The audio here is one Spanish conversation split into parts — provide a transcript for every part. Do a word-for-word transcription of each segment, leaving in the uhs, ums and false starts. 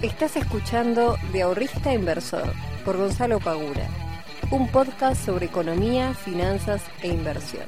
Estás escuchando De Ahorrista Inversor por Gonzalo Pagura, un podcast sobre economía, finanzas e inversión.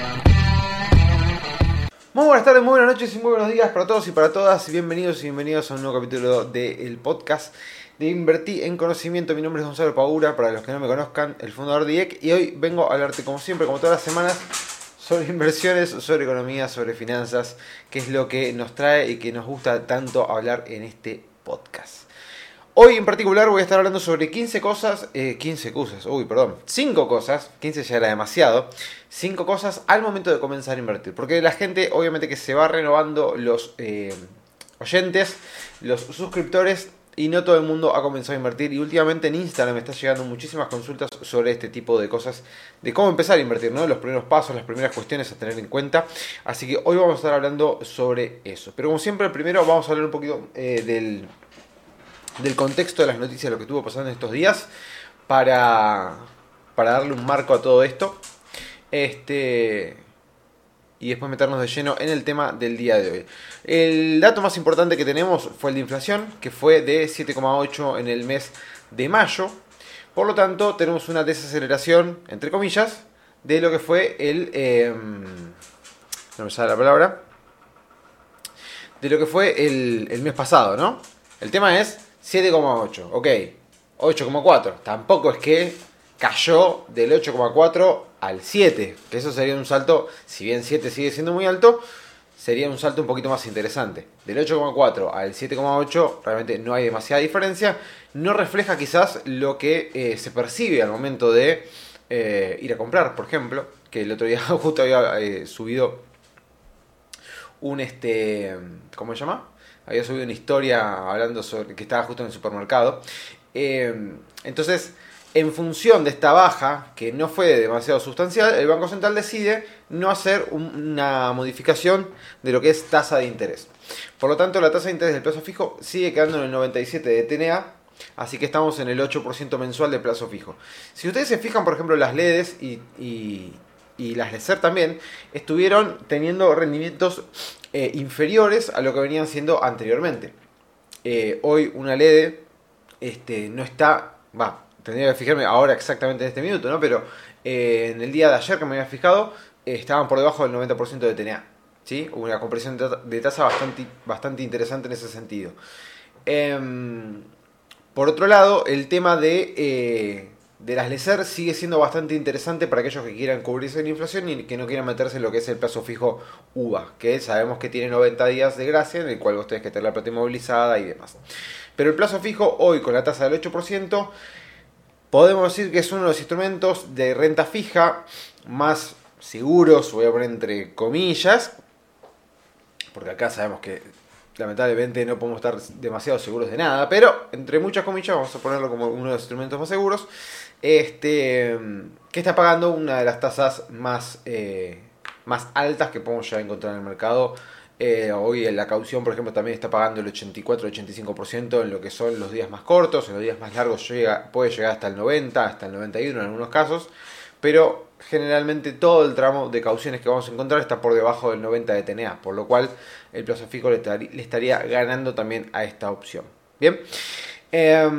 Muy buenas tardes, muy buenas noches y muy buenos días para todos y para todas. Bienvenidos y bienvenidos a un nuevo capítulo del podcast de Invertí en Conocimiento. Mi nombre es Gonzalo Pagura, para los que no me conozcan, el fundador de I E C. Y hoy vengo a hablarte, como siempre, como todas las semanas, sobre inversiones, sobre economía, sobre finanzas, que es lo que nos trae y que nos gusta tanto hablar en este podcast. Hoy en particular voy a estar hablando sobre quince cosas, eh, quince cosas, uy, perdón, cinco cosas, quince ya era demasiado, cinco cosas al momento de comenzar a invertir. Porque la gente, obviamente que se va renovando los eh, oyentes, los suscriptores, y no todo el mundo ha comenzado a invertir. Y últimamente en Instagram me están llegando muchísimas consultas sobre este tipo de cosas, de cómo empezar a invertir, ¿no? Los primeros pasos, las primeras cuestiones a tener en cuenta. Así que hoy vamos a estar hablando sobre eso. Pero como siempre, primero vamos a hablar un poquito eh, del... del contexto de las noticias, de lo que estuvo pasando en estos días, para, para darle un marco a todo esto, este y después meternos de lleno en el tema del día de hoy. El dato más importante que tenemos fue el de inflación, que fue de siete coma ocho en el mes de mayo. Por lo tanto, tenemos una desaceleración, entre comillas, de lo que fue el... Eh, no me sale la palabra. De lo que fue el, el mes pasado, ¿no? El tema es siete coma ocho, ok, ocho coma cuatro, tampoco es que cayó del ocho coma cuatro al siete, que eso sería un salto, si bien siete sigue siendo muy alto, sería un salto un poquito más interesante. Del ocho coma cuatro al siete coma ocho realmente no hay demasiada diferencia, no refleja quizás lo que eh, se percibe al momento de eh, ir a comprar, por ejemplo, que el otro día justo había eh, subido un, este, ¿cómo se llama? Había subido una historia hablando sobre que estaba justo en el supermercado. Eh, entonces, en función de esta baja, que no fue demasiado sustancial, el Banco Central decide no hacer un, una modificación de lo que es tasa de interés. Por lo tanto, la tasa de interés del plazo fijo sigue quedando en el noventa y siete de T N A, así que estamos en el ocho por ciento mensual de plazo fijo. Si ustedes se fijan, por ejemplo, las L E Ds y, y, y las LECER también, estuvieron teniendo rendimientos Eh, inferiores a lo que venían siendo anteriormente. Eh, hoy una L E D este, no está, va, tendría que fijarme ahora exactamente en este minuto, ¿no? Pero eh, en el día de ayer que me había fijado, eh, estaban por debajo del noventa por ciento de T N A, ¿sí? Hubo una compresión de, de tasa bastante, bastante interesante en ese sentido. Eh, por otro lado, el tema de... Eh, de las LECER sigue siendo bastante interesante para aquellos que quieran cubrirse de la inflación y que no quieran meterse en lo que es el plazo fijo U V A, que sabemos que tiene noventa días de gracia, en el cual vos tenés que tener la plata inmovilizada y demás. Pero el plazo fijo hoy, con la tasa del ocho por ciento, podemos decir que es uno de los instrumentos de renta fija más seguros, voy a poner entre comillas, porque acá sabemos que lamentablemente no podemos estar demasiado seguros de nada, pero entre muchas comillas vamos a ponerlo como uno de los instrumentos más seguros, este, que está pagando una de las tasas más, eh, más altas que podemos ya encontrar en el mercado. Eh, hoy la caución, por ejemplo, también está pagando el ochenta y cuatro ochenta y cinco por ciento en lo que son los días más cortos. En los días más largos llega, puede llegar hasta el noventa, hasta el noventa y uno en algunos casos, pero generalmente todo el tramo de cauciones que vamos a encontrar está por debajo del noventa de T N A, por lo cual el plazo fijo le, tar- le estaría ganando también a esta opción. Bien, eh,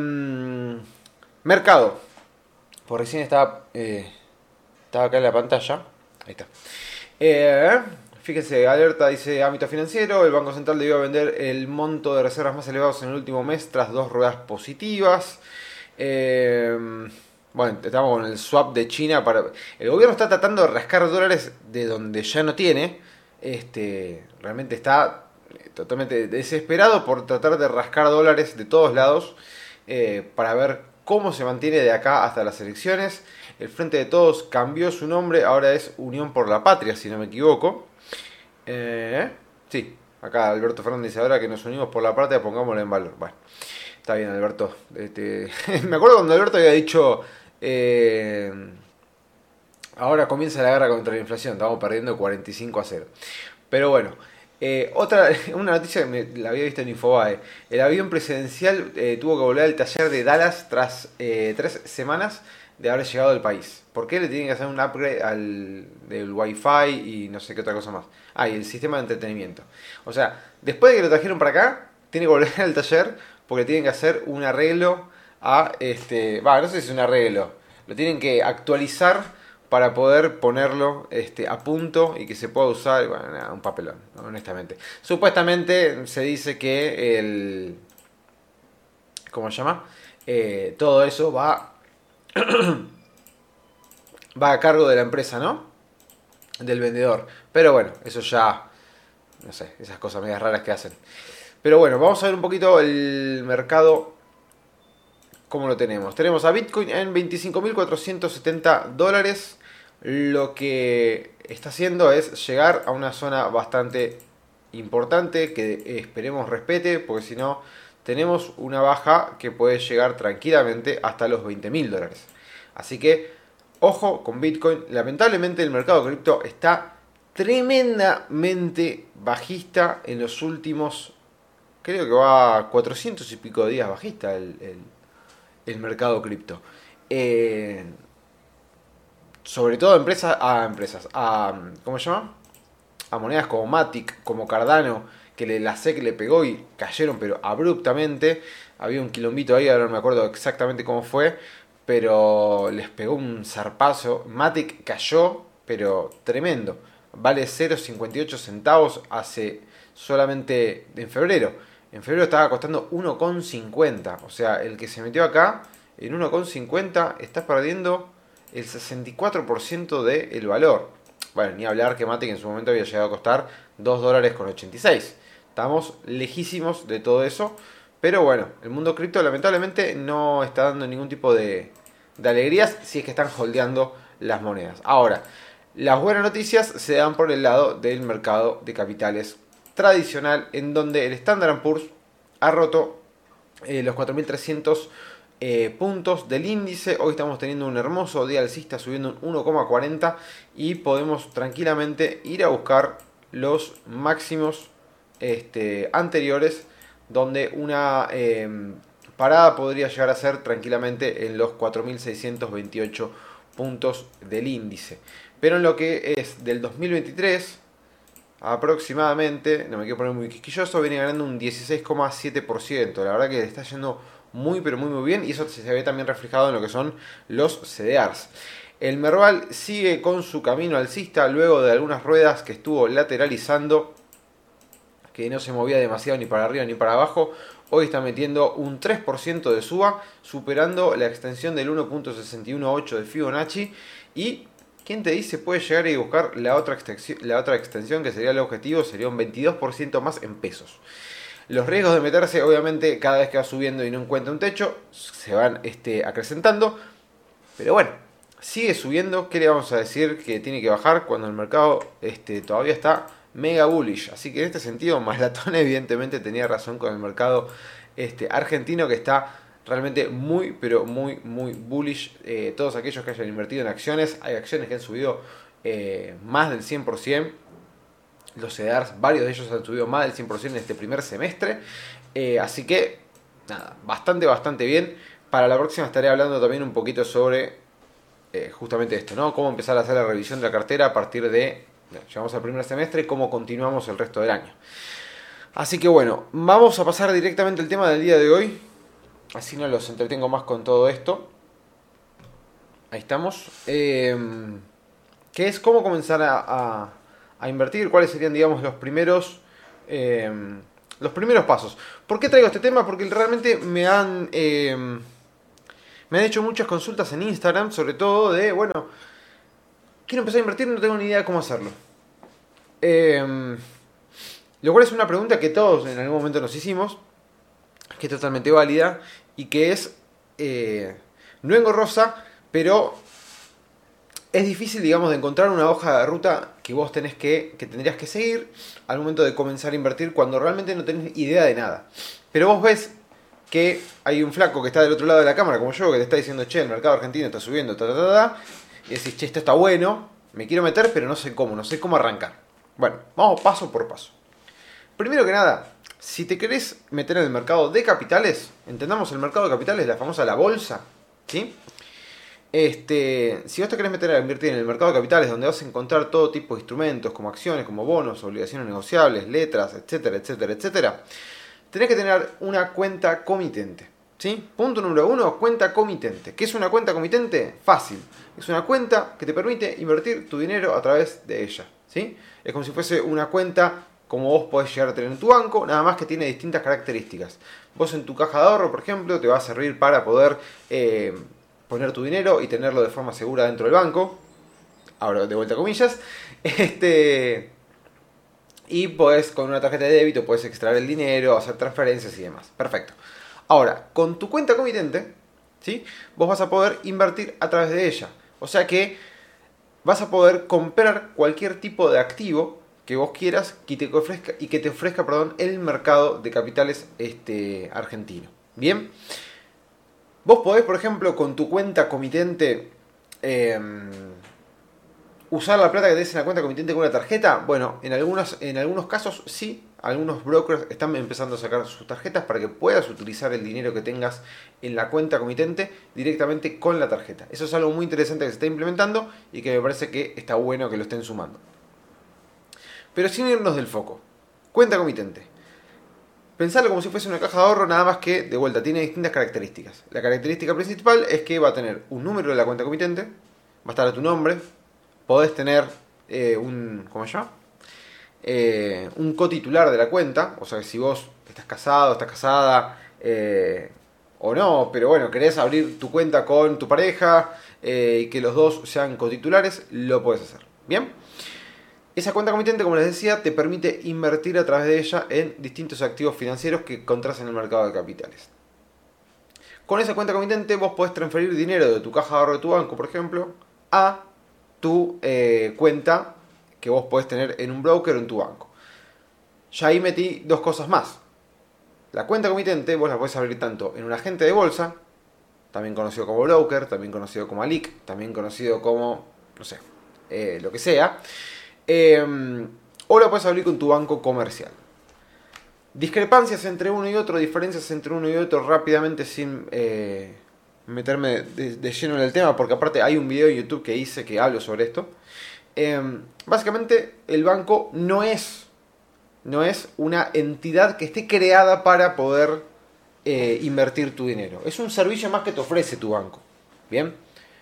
mercado. Por recién estaba, eh, estaba acá en la pantalla. Ahí está. Eh, fíjense, alerta, dice ámbito financiero. El Banco Central debió vender el monto de reservas más elevados en el último mes tras dos ruedas positivas. Eh, bueno, estamos con el swap de China. Para el gobierno está tratando de rascar dólares de donde ya no tiene. Este, realmente está totalmente desesperado por tratar de rascar dólares de todos lados eh, para ver cómo se mantiene de acá hasta las elecciones. El Frente de Todos cambió su nombre, ahora es Unión por la Patria, si no me equivoco. Eh, sí, acá Alberto Fernández dice, ahora que nos unimos por la patria, pongámoslo en valor. Bueno, está bien, Alberto. Este, me acuerdo cuando Alberto había dicho, eh, ahora comienza la guerra contra la inflación, estamos perdiendo cuarenta y cinco a cero. Pero bueno, Eh, otra, una noticia que me, la había visto en Infobae. El avión presidencial eh, tuvo que volver al taller de Dallas tras eh, tres semanas de haber llegado al país. ¿Por qué le tienen que hacer un upgrade al del Wi-Fi y no sé qué otra cosa más? Ah, y el sistema de entretenimiento. O sea, después de que lo trajeron para acá, tiene que volver al taller porque tienen que hacer un arreglo a este, va, no sé si es un arreglo, lo tienen que actualizar para poder ponerlo este, a punto y que se pueda usar. Bueno, nada, un papelón, honestamente. Supuestamente se dice que el, ¿cómo se llama? Eh, todo eso va va a cargo de la empresa, ¿no? Del vendedor. Pero bueno, eso ya, no sé, esas cosas medias raras que hacen. Pero bueno, vamos a ver un poquito el mercado, cómo lo tenemos. Tenemos a Bitcoin en veinticinco mil cuatrocientos setenta dólares. Lo que está haciendo es llegar a una zona bastante importante que esperemos respete, porque si no tenemos una baja que puede llegar tranquilamente hasta los veinte mil dólares. Así que ojo con Bitcoin. Lamentablemente el mercado cripto está tremendamente bajista en los últimos, creo que va a cuatrocientos y pico de días bajista el, el, el mercado cripto. Eh, sobre todo a empresas, a empresas, a, ¿cómo se llama? A monedas como Matic, como Cardano, que le, la S E C le pegó y cayeron pero abruptamente. Había un quilombito ahí, ahora no me acuerdo exactamente cómo fue, pero les pegó un zarpazo. Matic cayó, pero tremendo. Vale cero coma cincuenta y ocho centavos hace solamente en febrero. En febrero estaba costando uno coma cincuenta. O sea, el que se metió acá en uno coma cincuenta está perdiendo el sesenta y cuatro por ciento del valor. Bueno, ni hablar que Matic en su momento había llegado a costar dos dólares con ochenta y seis. Estamos lejísimos de todo eso. Pero bueno, el mundo cripto lamentablemente no está dando ningún tipo de, de alegrías si es que están holdeando las monedas. Ahora, las buenas noticias se dan por el lado del mercado de capitales tradicional, en donde el Standard and Poor's ha roto eh, los cuatro mil trescientos eh, puntos del índice. Hoy estamos teniendo un hermoso día alcista, subiendo un uno coma cuarenta, y podemos tranquilamente ir a buscar los máximos este, anteriores, donde una eh, parada podría llegar a ser tranquilamente en los cuatro mil seiscientos veintiocho puntos del índice. Pero en lo que es del dos mil veintitrés, aproximadamente, no me quiero poner muy quisquilloso, viene ganando un dieciséis coma siete por ciento. La verdad que le está yendo muy pero muy muy bien, y eso se ve también reflejado en lo que son los C D Rs. El Merval sigue con su camino alcista luego de algunas ruedas que estuvo lateralizando, que no se movía demasiado ni para arriba ni para abajo. Hoy está metiendo un tres por ciento de suba, superando la extensión del uno punto sesenta y uno ocho de Fibonacci. Y ¿quién te dice puede llegar a buscar la otra, extensión, la otra extensión, que sería el objetivo? Sería un veintidós por ciento más en pesos. Los riesgos de meterse, obviamente, cada vez que va subiendo y no encuentra un techo, se van este, acrecentando. Pero bueno, sigue subiendo. ¿Qué le vamos a decir que tiene que bajar cuando el mercado este, todavía está mega bullish? Así que en este sentido, Maslatón evidentemente tenía razón con el mercado este, argentino, que está realmente muy, pero muy, muy bullish. Eh, todos aquellos que hayan invertido en acciones, hay acciones que han subido eh, más del cien por ciento. Los C D Rs, varios de ellos han subido más del cien por ciento en este primer semestre. Eh, así que, nada, bastante, bastante bien. Para la próxima estaré hablando también un poquito sobre eh, justamente esto, ¿no? Cómo empezar a hacer la revisión de la cartera a partir de, llegamos al primer semestre, cómo continuamos el resto del año. Así que bueno, vamos a pasar directamente al tema del día de hoy. Así no los entretengo más con todo esto. Ahí estamos. Eh, que es cómo comenzar a, a, a invertir. Cuáles serían, digamos, los primeros eh, los primeros pasos. ¿Por qué traigo este tema? Porque realmente me han eh, me han hecho muchas consultas en Instagram, sobre todo de, bueno, quiero empezar a invertir y no tengo ni idea de cómo hacerlo. Eh, lo cual es una pregunta que todos en algún momento nos hicimos, que es totalmente válida y que es eh, no engorrosa, pero es difícil, digamos, de encontrar una hoja de ruta que vos tenés que, que tendrías que seguir al momento de comenzar a invertir, cuando realmente no tenés idea de nada. Pero vos ves que hay un flaco que está del otro lado de la cámara, como yo, que te está diciendo, che, el mercado argentino está subiendo, ta, ta, ta, ta, y decís, che, esto está bueno, me quiero meter, pero no sé cómo, no sé cómo arrancar. Bueno, vamos paso por paso. Primero que nada, si te querés meter en el mercado de capitales, entendamos el mercado de capitales, la famosa la bolsa, ¿sí? Este, si vos te querés meter a invertir en el mercado de capitales, donde vas a encontrar todo tipo de instrumentos, como acciones, como bonos, obligaciones negociables, letras, etcétera, etcétera, etcétera, tenés que tener una cuenta comitente. ¿Sí? Punto número uno, cuenta comitente. ¿Qué es una cuenta comitente? Fácil. Es una cuenta que te permite invertir tu dinero a través de ella. ¿Sí? Es como si fuese una cuenta como vos podés llegar a tener en tu banco, nada más que tiene distintas características. Vos en tu caja de ahorro, por ejemplo, te va a servir para poder eh, poner tu dinero y tenerlo de forma segura dentro del banco. Ahora, de vuelta comillas. Este... Y podés, con una tarjeta de débito, podés extraer el dinero, hacer transferencias y demás. Perfecto. Ahora, con tu cuenta comitente, ¿sí? Vos vas a poder invertir a través de ella. O sea que vas a poder comprar cualquier tipo de activo que vos quieras y, te ofrezca, y que te ofrezca perdón, el mercado de capitales este, argentino. Bien. Vos podés, por ejemplo, con tu cuenta comitente... Eh, ¿Usar la plata que tenés en la cuenta comitente con una tarjeta? Bueno, en algunos, en algunos casos sí. Algunos brokers están empezando a sacar sus tarjetas para que puedas utilizar el dinero que tengas en la cuenta comitente directamente con la tarjeta. Eso es algo muy interesante que se está implementando y que me parece que está bueno que lo estén sumando. Pero sin irnos del foco. Cuenta comitente. Pensarlo como si fuese una caja de ahorro, nada más que, de vuelta, tiene distintas características. La característica principal es que va a tener un número de la cuenta comitente, va a estar a tu nombre. Podés tener eh, un, ¿cómo se llama? Eh, un cotitular de la cuenta. O sea que si vos estás casado, estás casada, eh, o no, pero bueno, querés abrir tu cuenta con tu pareja eh, y que los dos sean cotitulares, lo podés hacer. Bien. Esa cuenta comitente, como les decía, te permite invertir a través de ella en distintos activos financieros que encontrás en el mercado de capitales. Con esa cuenta comitente vos podés transferir dinero de tu caja de ahorro de tu banco, por ejemplo, a tu eh, cuenta que vos podés tener en un broker o en tu banco. Ya ahí metí dos cosas más. La cuenta comitente vos la podés abrir tanto en un agente de bolsa, también conocido como broker, también conocido como A L I C, también conocido como, no sé, eh, lo que sea, eh, o la podés abrir con tu banco comercial. Discrepancias entre uno y otro, diferencias entre uno y otro rápidamente sin... Eh, meterme de, de lleno en el tema, porque aparte hay un video en YouTube que hice que hablo sobre esto. Eh, básicamente el banco no es, no es una entidad que esté creada para poder eh, invertir tu dinero. Es un servicio más que te ofrece tu banco. ¿Bien?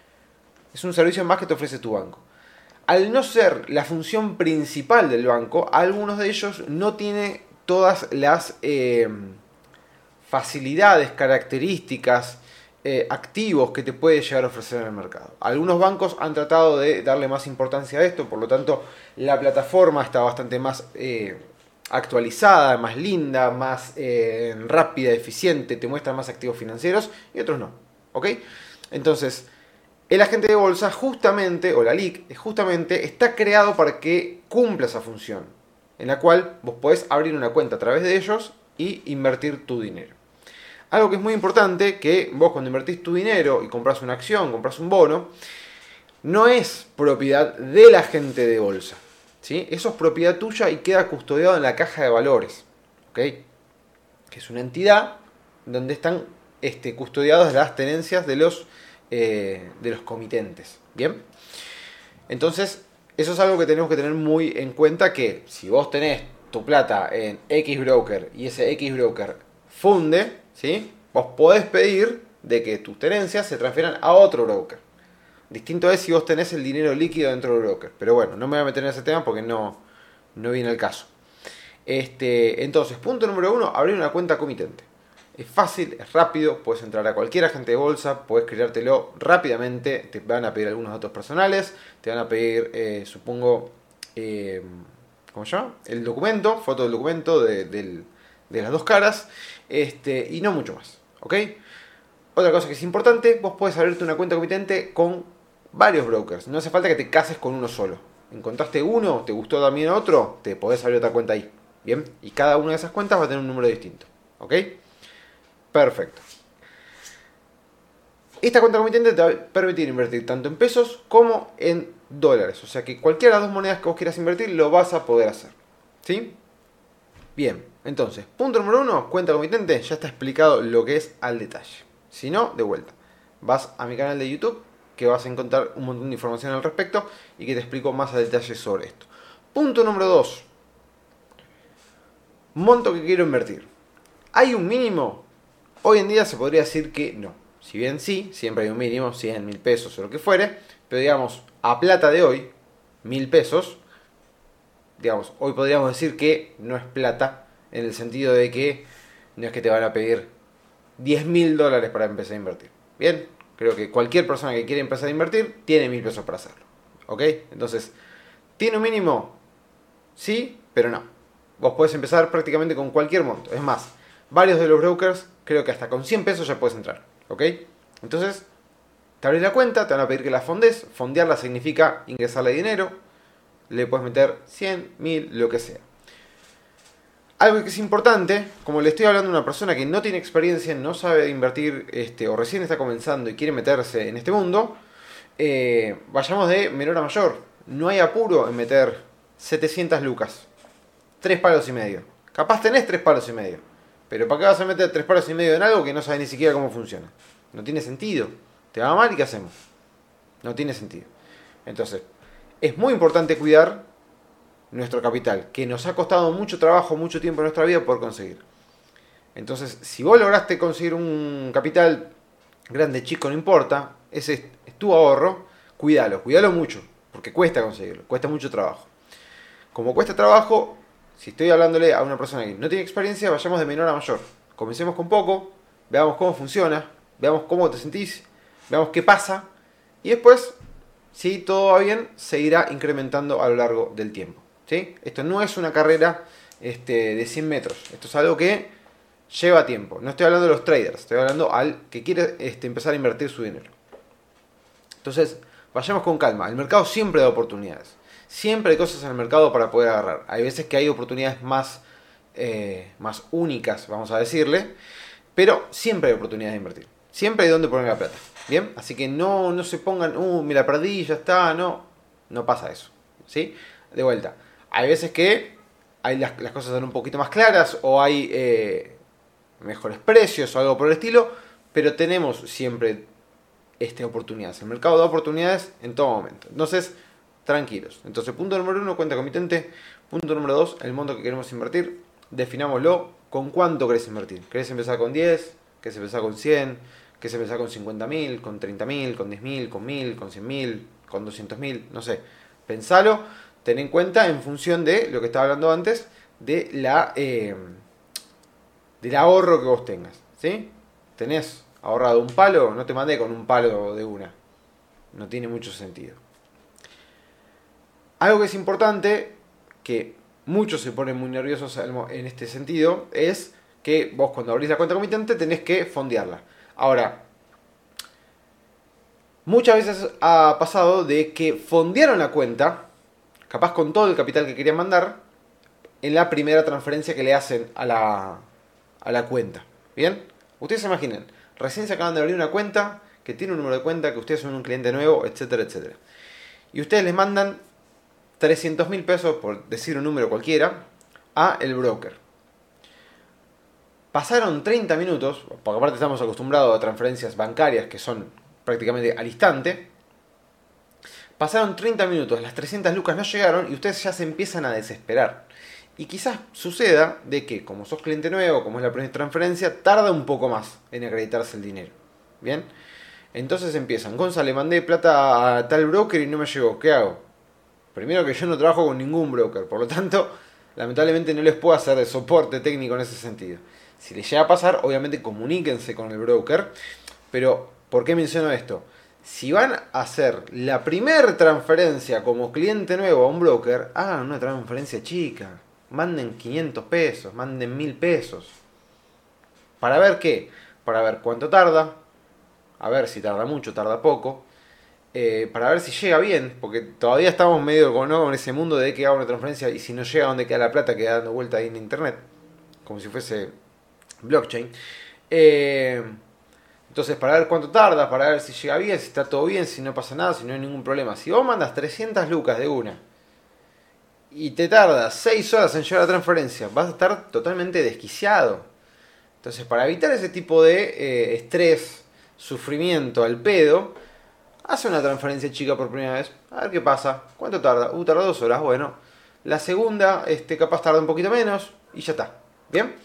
Es un servicio más que te ofrece tu banco. Al no ser la función principal del banco, algunos de ellos no tiene todas las eh, facilidades, características, Eh, activos que te puede llegar a ofrecer en el mercado. Algunos bancos han tratado de darle más importancia a esto, por lo tanto la plataforma está bastante más eh, actualizada, más linda, más eh, rápida, eficiente, te muestra más activos financieros y otros no. ¿Ok? Entonces, el agente de bolsa justamente, o la L I C, justamente está creado para que cumpla esa función, en la cual vos podés abrir una cuenta a través de ellos y invertir tu dinero. Algo que es muy importante, que vos cuando invertís tu dinero y compras una acción, compras un bono, no es propiedad del agente de bolsa, ¿sí? Eso es propiedad tuya y queda custodiado en la caja de valores, ¿ok? Que es una entidad donde están este, custodiadas las tenencias de los, eh, de los comitentes, ¿bien? Entonces, eso es algo que tenemos que tener muy en cuenta, que si vos tenés tu plata en X broker y ese X broker funde, ¿sí? Vos podés pedir de que tus tenencias se transfieran a otro broker. Distinto es si vos tenés el dinero líquido dentro del broker. Pero bueno, no me voy a meter en ese tema porque no, no viene el caso. Este, entonces, punto número uno, abrir una cuenta comitente. Es fácil, es rápido, puedes entrar a cualquier agente de bolsa, puedes creártelo rápidamente, te van a pedir algunos datos personales, te van a pedir, eh, supongo, eh, ¿cómo se llama? El documento, foto del documento de, del, de las dos caras, este, y no mucho más, ¿ok? Otra cosa que es importante, vos podés abrirte una cuenta comitente con varios brokers, no hace falta que te cases con uno solo. Encontraste uno, te gustó también otro, te podés abrir otra cuenta ahí, ¿bien? Y cada una de esas cuentas va a tener un número distinto, ¿ok? Perfecto. Esta cuenta comitente te va a permitir invertir tanto en pesos como en dólares. O sea que cualquiera de las dos monedas que vos quieras invertir lo vas a poder hacer, ¿sí? Bien, entonces, punto número uno, cuenta comitente, ya está explicado lo que es al detalle. Si no, de vuelta, vas a mi canal de YouTube, que vas a encontrar un montón de información al respecto y que te explico más a detalle sobre esto. Punto número dos, monto que quiero invertir. ¿Hay un mínimo? Hoy en día se podría decir que no. Si bien sí, siempre hay un mínimo, cien, mil pesos o lo que fuere, pero digamos, a plata de hoy, mil pesos, digamos, hoy podríamos decir que no es plata, en el sentido de que no es que te van a pedir diez mil dólares para empezar a invertir. Bien, creo que cualquier persona que quiere empezar a invertir tiene mil pesos para hacerlo. ¿Ok? Entonces, ¿tiene un mínimo? Sí, pero no. Vos podés empezar prácticamente con cualquier monto. Es más, varios de los brokers, creo que hasta con cien pesos ya puedes entrar. ¿Ok? Entonces, te abrís la cuenta, te van a pedir que la fondes. Fondearla significa ingresarle dinero. Le puedes meter cien, mil, lo que sea. Algo que es importante, como le estoy hablando a una persona que no tiene experiencia, no sabe invertir este, o recién está comenzando y quiere meterse en este mundo, eh, vayamos de menor a mayor. No hay apuro en meter setecientas lucas. Tres palos y medio. Capaz tenés tres palos y medio. Pero ¿para qué vas a meter tres palos y medio en algo que no sabes ni siquiera cómo funciona? No tiene sentido. Te va mal y ¿qué hacemos? No tiene sentido. Entonces, es muy importante cuidar nuestro capital, que nos ha costado mucho trabajo, mucho tiempo en nuestra vida poder conseguir. Entonces, si vos lograste conseguir un capital grande, chico, no importa, ese es tu ahorro, cuídalo, cuídalo mucho, porque cuesta conseguirlo, cuesta mucho trabajo. Como cuesta trabajo, si estoy hablándole a una persona que no tiene experiencia, vayamos de menor a mayor. Comencemos con poco, veamos cómo funciona, veamos cómo te sentís, veamos qué pasa, y después, si todo va bien, se irá incrementando a lo largo del tiempo. ¿Sí? Esto no es una carrera este, de cien metros. Esto es algo que lleva tiempo. No estoy hablando de los traders. Estoy hablando al que quiere este, empezar a invertir su dinero. Entonces, vayamos con calma. El mercado siempre da oportunidades. Siempre hay cosas en el mercado para poder agarrar. Hay veces que hay oportunidades más, eh, más únicas, vamos a decirle. Pero siempre hay oportunidades de invertir. Siempre hay donde poner la plata. ¿Bien? Así que no, no se pongan, uh, me la perdí, ya está. No, no pasa eso. ¿Sí? De vuelta. Hay veces que hay las, las cosas son un poquito más claras o hay eh, mejores precios o algo por el estilo, pero tenemos siempre este, oportunidades. El mercado da oportunidades en todo momento. Entonces, tranquilos. Entonces, punto número uno, cuenta comitente. Punto número dos, el monto que queremos invertir. Definámoslo. ¿Con cuánto querés invertir? ¿Querés empezar con diez? ¿Querés empezar con cien? ¿Querés empezar con cincuenta mil? ¿Con treinta mil? ¿Con diez mil? ¿Con mil? ¿Con cien mil? ¿Con doscientos mil? No sé. Pensalo. Ten en cuenta en función de lo que estaba hablando antes, de la eh, del ahorro que vos tengas. ¿Sí? ¿Tenés ahorrado un palo? No te mandé con un palo de una. No tiene mucho sentido. Algo que es importante, que muchos se ponen muy nerviosos en este sentido, es que vos cuando abrís la cuenta comitente tenés que fondearla. Ahora, muchas veces ha pasado de que fondearon la cuenta, capaz con todo el capital que querían mandar, en la primera transferencia que le hacen a la, a la cuenta. ¿Bien? Ustedes se imaginen, recién se acaban de abrir una cuenta, que tiene un número de cuenta, que ustedes son un cliente nuevo, etcétera, etcétera. Y ustedes les mandan trescientos mil pesos, por decir un número cualquiera, a el broker. Pasaron treinta minutos, porque aparte estamos acostumbrados a transferencias bancarias que son prácticamente al instante. Pasaron treinta minutos, las trescientas lucas no llegaron y ustedes ya se empiezan a desesperar. Y quizás suceda de que, como sos cliente nuevo, como es la primera transferencia, tarda un poco más en acreditarse el dinero. ¿Bien? Entonces empiezan, Gonza, le mandé plata a tal broker y no me llegó, ¿qué hago? Primero que yo no trabajo con ningún broker, por lo tanto, lamentablemente no les puedo hacer de soporte técnico en ese sentido. Si les llega a pasar, obviamente comuníquense con el broker, pero ¿por qué menciono esto? Si van a hacer la primera transferencia como cliente nuevo a un broker, hagan una transferencia chica. Manden quinientos pesos, manden mil pesos. ¿Para ver qué? Para ver cuánto tarda, a ver si tarda mucho, tarda poco, eh, para ver si llega bien, porque todavía estamos medio con, ¿no? con ese mundo de que haga una transferencia y si no llega, ¿dónde queda la plata? Queda dando vuelta ahí en internet, como si fuese blockchain. Eh... Entonces, para ver cuánto tarda, para ver si llega bien, si está todo bien, si no pasa nada, si no hay ningún problema. Si vos mandas trescientas lucas de una y te tarda seis horas en llegar a la transferencia, vas a estar totalmente desquiciado. Entonces, para evitar ese tipo de eh, estrés, sufrimiento al pedo, hace una transferencia chica por primera vez, a ver qué pasa. ¿Cuánto tarda? Uh, tarda dos horas, bueno. La segunda, este, capaz tarda un poquito menos y ya está. ¿Bien?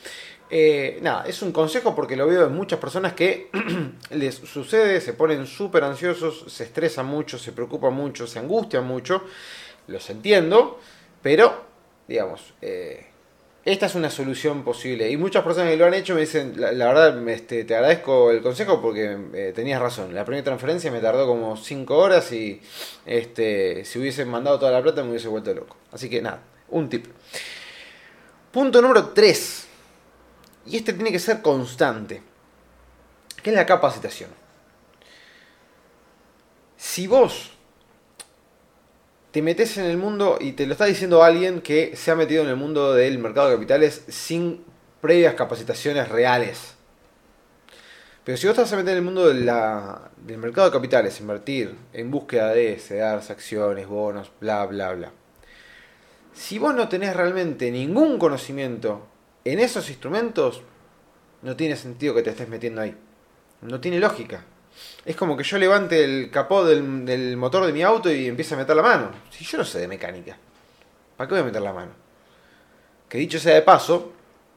Eh, nada, es un consejo porque lo veo en muchas personas que les sucede, se ponen súper ansiosos, se estresan mucho, se preocupan mucho, se angustian mucho. Los entiendo, pero, digamos, eh, esta es una solución posible. Y muchas personas que lo han hecho me dicen, la, la verdad, este, te agradezco el consejo porque eh, tenías razón. La primera transferencia me tardó como cinco horas y este, si hubiesen mandado toda la plata me hubiese vuelto loco. Así que nada, un tip. Punto número tres. Y este tiene que ser constante, que es la capacitación. Si vos te metes en el mundo, y te lo está diciendo alguien que se ha metido en el mundo del mercado de capitales sin previas capacitaciones reales. Pero si vos estás a meter en el mundo de la, del mercado de capitales, invertir en búsqueda de C E D A Rs, acciones, bonos, bla, bla, bla. Si vos no tenés realmente ningún conocimiento en esos instrumentos, no tiene sentido que te estés metiendo ahí. No tiene lógica. Es como que yo levante el capó del, del motor de mi auto y empiece a meter la mano. Si yo no sé de mecánica, ¿para qué voy a meter la mano? Que dicho sea de paso,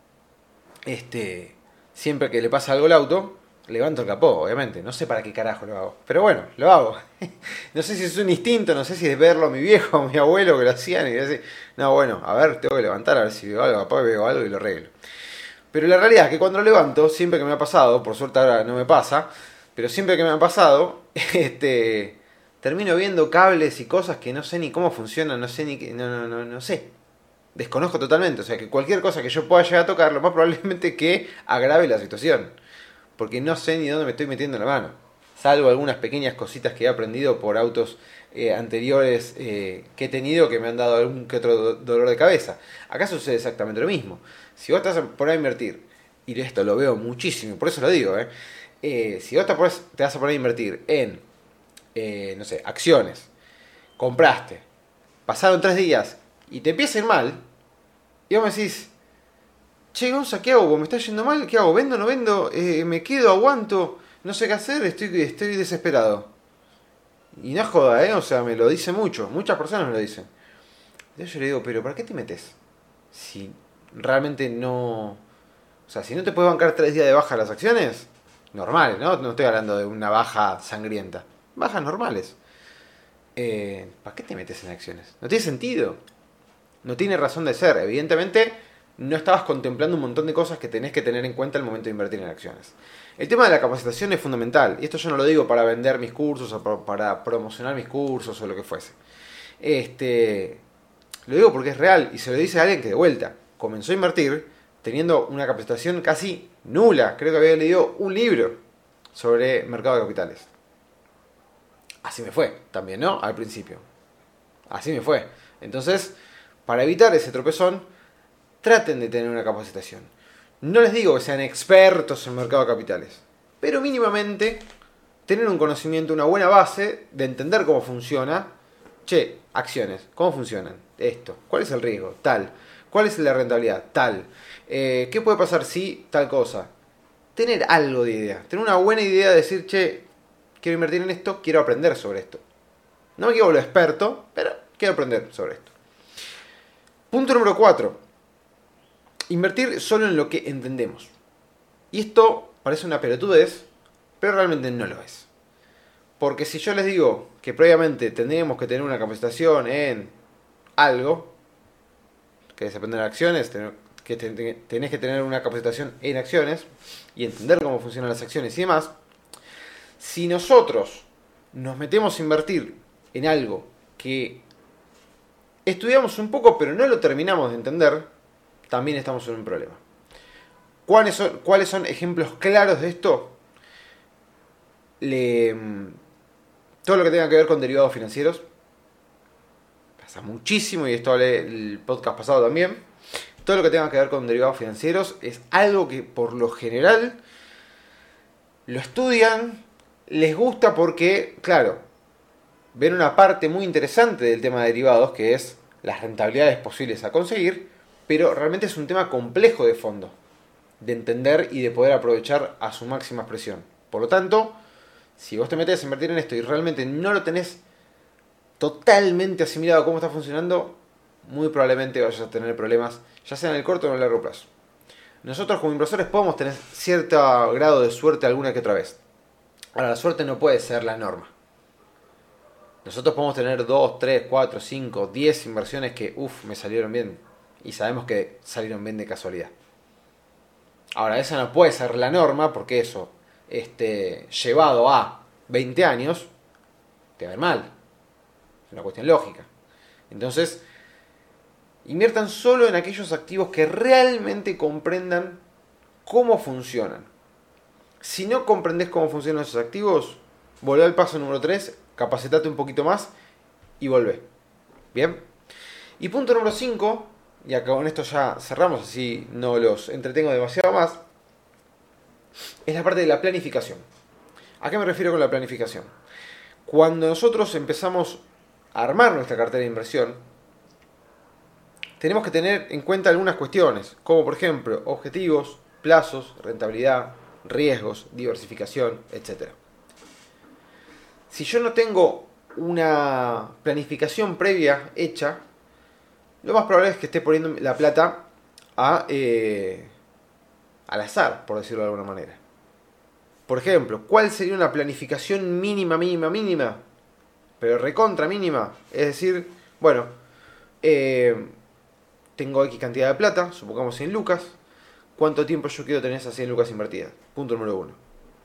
este, siempre que le pasa algo al auto, levanto el capó, obviamente. No sé para qué carajo lo hago. Pero bueno, lo hago. No sé si es un instinto, no sé si es verlo a mi viejo o a mi abuelo que lo hacían y decir, no, bueno, a ver, tengo que levantar a ver si veo algo, capaz veo algo y lo arreglo. Pero la realidad es que cuando lo levanto, siempre que me ha pasado, por suerte ahora no me pasa, pero siempre que me ha pasado, este, termino viendo cables y cosas que no sé ni cómo funcionan, no sé ni qué, no, no, no, no sé. Desconozco totalmente, o sea que cualquier cosa que yo pueda llegar a tocar, lo más probablemente que agrave la situación. Porque no sé ni dónde me estoy metiendo la mano. Salvo algunas pequeñas cositas que he aprendido por autos eh, anteriores eh, que he tenido que me han dado algún que otro do- dolor de cabeza. Acá sucede exactamente lo mismo. Si vos estás por ahí a invertir, y esto lo veo muchísimo, por eso lo digo, eh, eh, si vos te, pones, te vas a poner a invertir en, eh, no sé, acciones, compraste, pasaron tres días y te empieza a ir mal, y vos me decís, che, Gonza, ¿qué hago? ¿Me está yendo mal? ¿Qué hago? ¿Vendo, no vendo? Eh, ¿Me quedo, aguanto? No sé qué hacer, estoy, estoy desesperado. Y no es joda, ¿eh? O sea, me lo dice mucho, muchas personas me lo dicen. Entonces yo le digo, pero ¿para qué te metes? Si realmente no... O sea, si no te puedes bancar tres días de baja las acciones, normales, ¿no? No estoy hablando de una baja sangrienta. Bajas normales. Eh, ¿Para qué te metes en acciones? No tiene sentido. No tiene razón de ser. Evidentemente, no estabas contemplando un montón de cosas que tenés que tener en cuenta al momento de invertir en acciones. El tema de la capacitación es fundamental. Y esto yo no lo digo para vender mis cursos o para promocionar mis cursos o lo que fuese. Este, lo digo porque es real y se lo dice a alguien que de vuelta comenzó a invertir teniendo una capacitación casi nula. Creo que había leído un libro sobre mercado de capitales. Así me fue también, ¿no? Al principio. Así me fue. Entonces, para evitar ese tropezón, traten de tener una capacitación. No les digo que sean expertos en mercado de capitales, pero mínimamente tener un conocimiento, una buena base de entender cómo funciona. Che, acciones, ¿cómo funcionan? Esto, ¿cuál es el riesgo? Tal. ¿Cuál es la rentabilidad? Tal. Eh, ¿Qué puede pasar si tal cosa? Tener algo de idea, tener una buena idea de decir, che, quiero invertir en esto, quiero aprender sobre esto. No me quiero volver experto, pero quiero aprender sobre esto. Punto número cuatro. Invertir solo en lo que entendemos. Y esto parece una pelotudez, pero realmente no lo es. Porque si yo les digo que previamente tendríamos que tener una capacitación en algo, que es aprender acciones, que tenés que tener una capacitación en acciones y entender cómo funcionan las acciones y demás, si nosotros nos metemos a invertir en algo que estudiamos un poco pero no lo terminamos de entender, también estamos en un problema. ¿Cuáles son, cuáles son ejemplos claros de esto? Le, todo lo que tenga que ver con derivados financieros. Pasa muchísimo, y esto hablé el podcast pasado también. Todo lo que tenga que ver con derivados financieros es algo que por lo general lo estudian, les gusta porque, claro, ven una parte muy interesante del tema de derivados, que es las rentabilidades posibles a conseguir, pero realmente es un tema complejo de fondo, de entender y de poder aprovechar a su máxima expresión. Por lo tanto, si vos te metés a invertir en esto y realmente no lo tenés totalmente asimilado a cómo está funcionando, muy probablemente vayas a tener problemas, ya sea en el corto o en el largo plazo. nosotros como inversores podemos tener cierto grado de suerte alguna que otra vez. Ahora, la suerte no puede ser la norma. Nosotros podemos tener dos, tres, cuatro, cinco, diez inversiones que, uff, me salieron bien. Y sabemos que salieron bien de casualidad. Ahora, esa no puede ser la norma, porque eso, este, llevado a veinte años, te va a ir mal. Es una cuestión lógica. Entonces, inviertan solo en aquellos activos que realmente comprendan cómo funcionan. Si no comprendes cómo funcionan esos activos, volvé al paso número tres, capacitate un poquito más y volvé. Bien. Y punto número cinco, y acá con esto ya cerramos, así no los entretengo demasiado más, es la parte de la planificación. ¿A qué me refiero con la planificación? Cuando nosotros empezamos a armar nuestra cartera de inversión, tenemos que tener en cuenta algunas cuestiones, como por ejemplo objetivos, plazos, rentabilidad, riesgos, diversificación, etcétera. Si yo no tengo una planificación previa hecha, lo más probable es que esté poniendo la plata a, eh, al azar, por decirlo de alguna manera. Por ejemplo, ¿cuál sería una planificación mínima, mínima, mínima? Pero recontra mínima. Es decir, bueno, eh, tengo X cantidad de plata, supongamos cien lucas. ¿Cuánto tiempo yo quiero tener esas cien lucas invertidas? Punto número uno.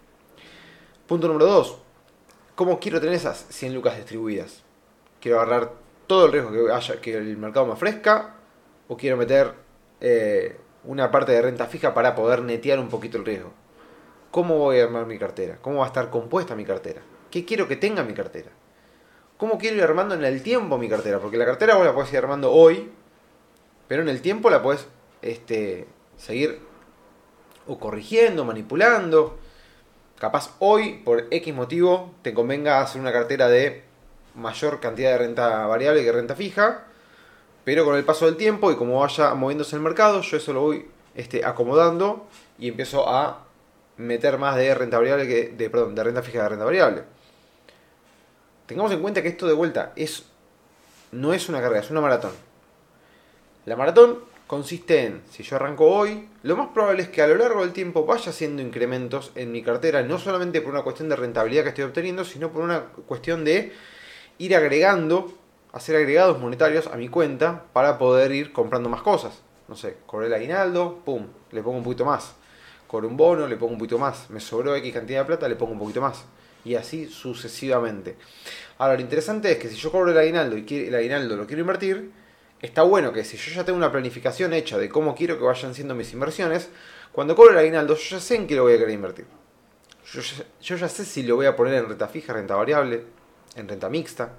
Punto número dos. ¿Cómo quiero tener esas cien lucas distribuidas? ¿Quiero agarrar todo el riesgo que haya, que el mercado me ofrezca? ¿O quiero meter eh, una parte de renta fija para poder netear un poquito el riesgo? ¿Cómo voy a armar mi cartera? ¿Cómo va a estar compuesta mi cartera? ¿Qué quiero que tenga mi cartera? ¿Cómo quiero ir armando en el tiempo mi cartera? Porque la cartera vos la podés ir armando hoy, pero en el tiempo la podés este, seguir o corrigiendo, manipulando. Capaz hoy, por X motivo, te convenga hacer una cartera de mayor cantidad de renta variable que renta fija, pero con el paso del tiempo y como vaya moviéndose el mercado, yo eso lo voy este, acomodando y empiezo a meter más de renta variable que de, perdón, de renta fija de renta variable. Tengamos en cuenta que esto de vuelta es no es una carrera, es una maratón. La maratón consiste en, si yo arranco hoy, lo más probable es que a lo largo del tiempo vaya haciendo incrementos en mi cartera, no solamente por una cuestión de rentabilidad que estoy obteniendo, sino por una cuestión de ir agregando, hacer agregados monetarios a mi cuenta para poder ir comprando más cosas. No sé, cobré el aguinaldo, pum, le pongo un poquito más. Cobré un bono, le pongo un poquito más. Me sobró X cantidad de plata, le pongo un poquito más. Y así sucesivamente. Ahora, lo interesante es que si yo cobro el aguinaldo y el aguinaldo lo quiero invertir, está bueno que si yo ya tengo una planificación hecha de cómo quiero que vayan siendo mis inversiones, cuando cobro el aguinaldo yo ya sé en qué lo voy a querer invertir. Yo ya, yo ya sé si lo voy a poner en renta fija, renta variable, en renta mixta.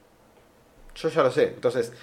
Yo ya lo sé. Entonces,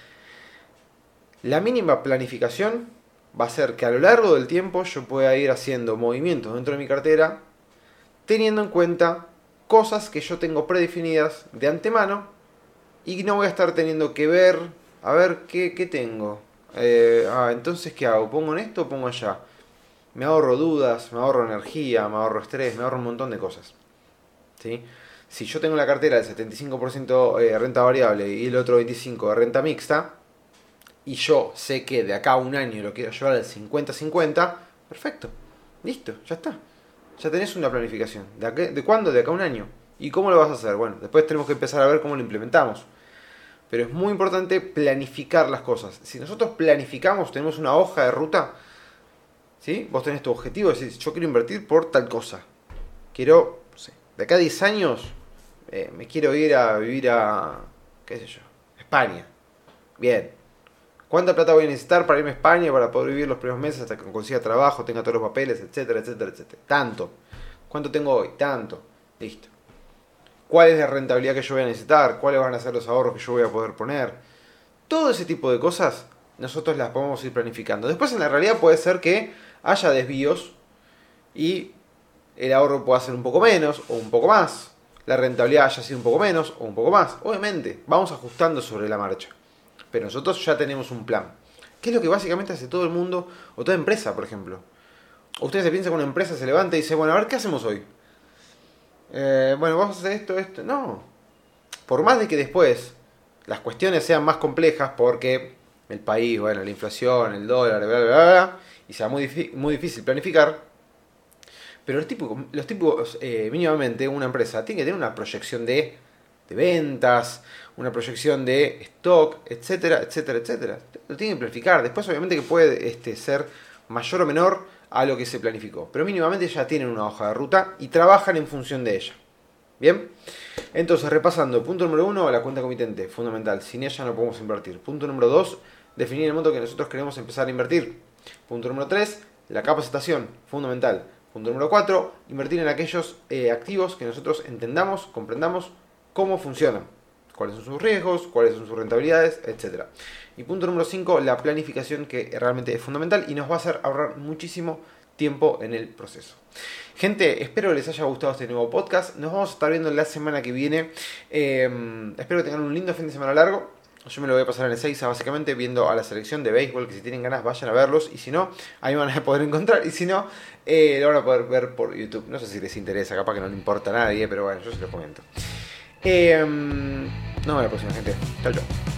la mínima planificación va a ser que a lo largo del tiempo yo pueda ir haciendo movimientos dentro de mi cartera, teniendo en cuenta cosas que yo tengo predefinidas de antemano y no voy a estar teniendo que ver, a ver, ¿qué, qué tengo? Eh, ah, entonces, ¿qué hago? ¿Pongo en esto o pongo allá? Me ahorro dudas, me ahorro energía, me ahorro estrés, me ahorro un montón de cosas. ¿Sí? Si yo tengo la cartera del setenta y cinco por ciento de renta variable y el otro veinticinco por ciento de renta mixta, y yo sé que de acá a un año lo quiero llevar al cincuenta cincuenta, perfecto, listo, ya está. Ya tenés una planificación. ¿De, acá, ¿De cuándo? De acá a un año. ¿Y cómo lo vas a hacer? Bueno, después tenemos que empezar a ver cómo lo implementamos. Pero es muy importante planificar las cosas. Si nosotros planificamos, tenemos una hoja de ruta, ¿sí? Vos tenés tu objetivo, decís, yo quiero invertir por tal cosa. Quiero, no sé, de acá a diez años, eh, me quiero ir a vivir a, qué sé yo, España. Bien. ¿Cuánta plata voy a necesitar para irme a España para poder vivir los primeros meses hasta que consiga trabajo, tenga todos los papeles, etcétera, etcétera, etcétera? Tanto. ¿Cuánto tengo hoy? Tanto. Listo. ¿Cuál es la rentabilidad que yo voy a necesitar? ¿Cuáles van a ser los ahorros que yo voy a poder poner? Todo ese tipo de cosas nosotros las podemos ir planificando. Después en la realidad puede ser que haya desvíos y el ahorro pueda ser un poco menos o un poco más. La rentabilidad haya sido un poco menos o un poco más. Obviamente, vamos ajustando sobre la marcha. Pero nosotros ya tenemos un plan. ¿Qué es lo que básicamente hace todo el mundo o toda empresa, por ejemplo? Ustedes se piensan que una empresa se levanta y dice, bueno, a ver, ¿qué hacemos hoy? Eh, bueno, vamos a hacer esto, esto. No. Por más de que después las cuestiones sean más complejas porque el país, bueno, la inflación, el dólar, bla, bla, bla, bla, y sea muy, muy difícil planificar. Pero los tipos, los tipos eh, mínimamente, una empresa tiene que tener una proyección de, de ventas, una proyección de stock, etcétera, etcétera, etcétera. Lo tienen que planificar. Después obviamente que puede este, ser mayor o menor a lo que se planificó. Pero mínimamente ya tienen una hoja de ruta y trabajan en función de ella. Bien, entonces repasando, punto número uno, la cuenta comitente, fundamental, sin ella no podemos invertir. Punto número dos, definir el monto que nosotros queremos empezar a invertir. Punto número tres, la capacitación, fundamental. Punto número cuatro, invertir en aquellos eh, activos que nosotros entendamos, comprendamos cómo funcionan, cuáles son sus riesgos, cuáles son sus rentabilidades, etcétera. Y punto número cinco, la planificación, que realmente es fundamental y nos va a hacer ahorrar muchísimo tiempo en el proceso. Gente, espero que les haya gustado este nuevo podcast. Nos vamos a estar viendo la semana que viene. Eh, espero que tengan un lindo fin de semana largo. Yo me lo voy a pasar en el Ezeiza, básicamente viendo a la selección de béisbol, que si tienen ganas vayan a verlos. Y si no, ahí van a poder encontrar. Y si no, eh, lo van a poder ver por YouTube. No sé si les interesa, capaz que no le importa a nadie, pero bueno, yo se los comento. Eh, nos vemos la próxima, gente. Chau, chau.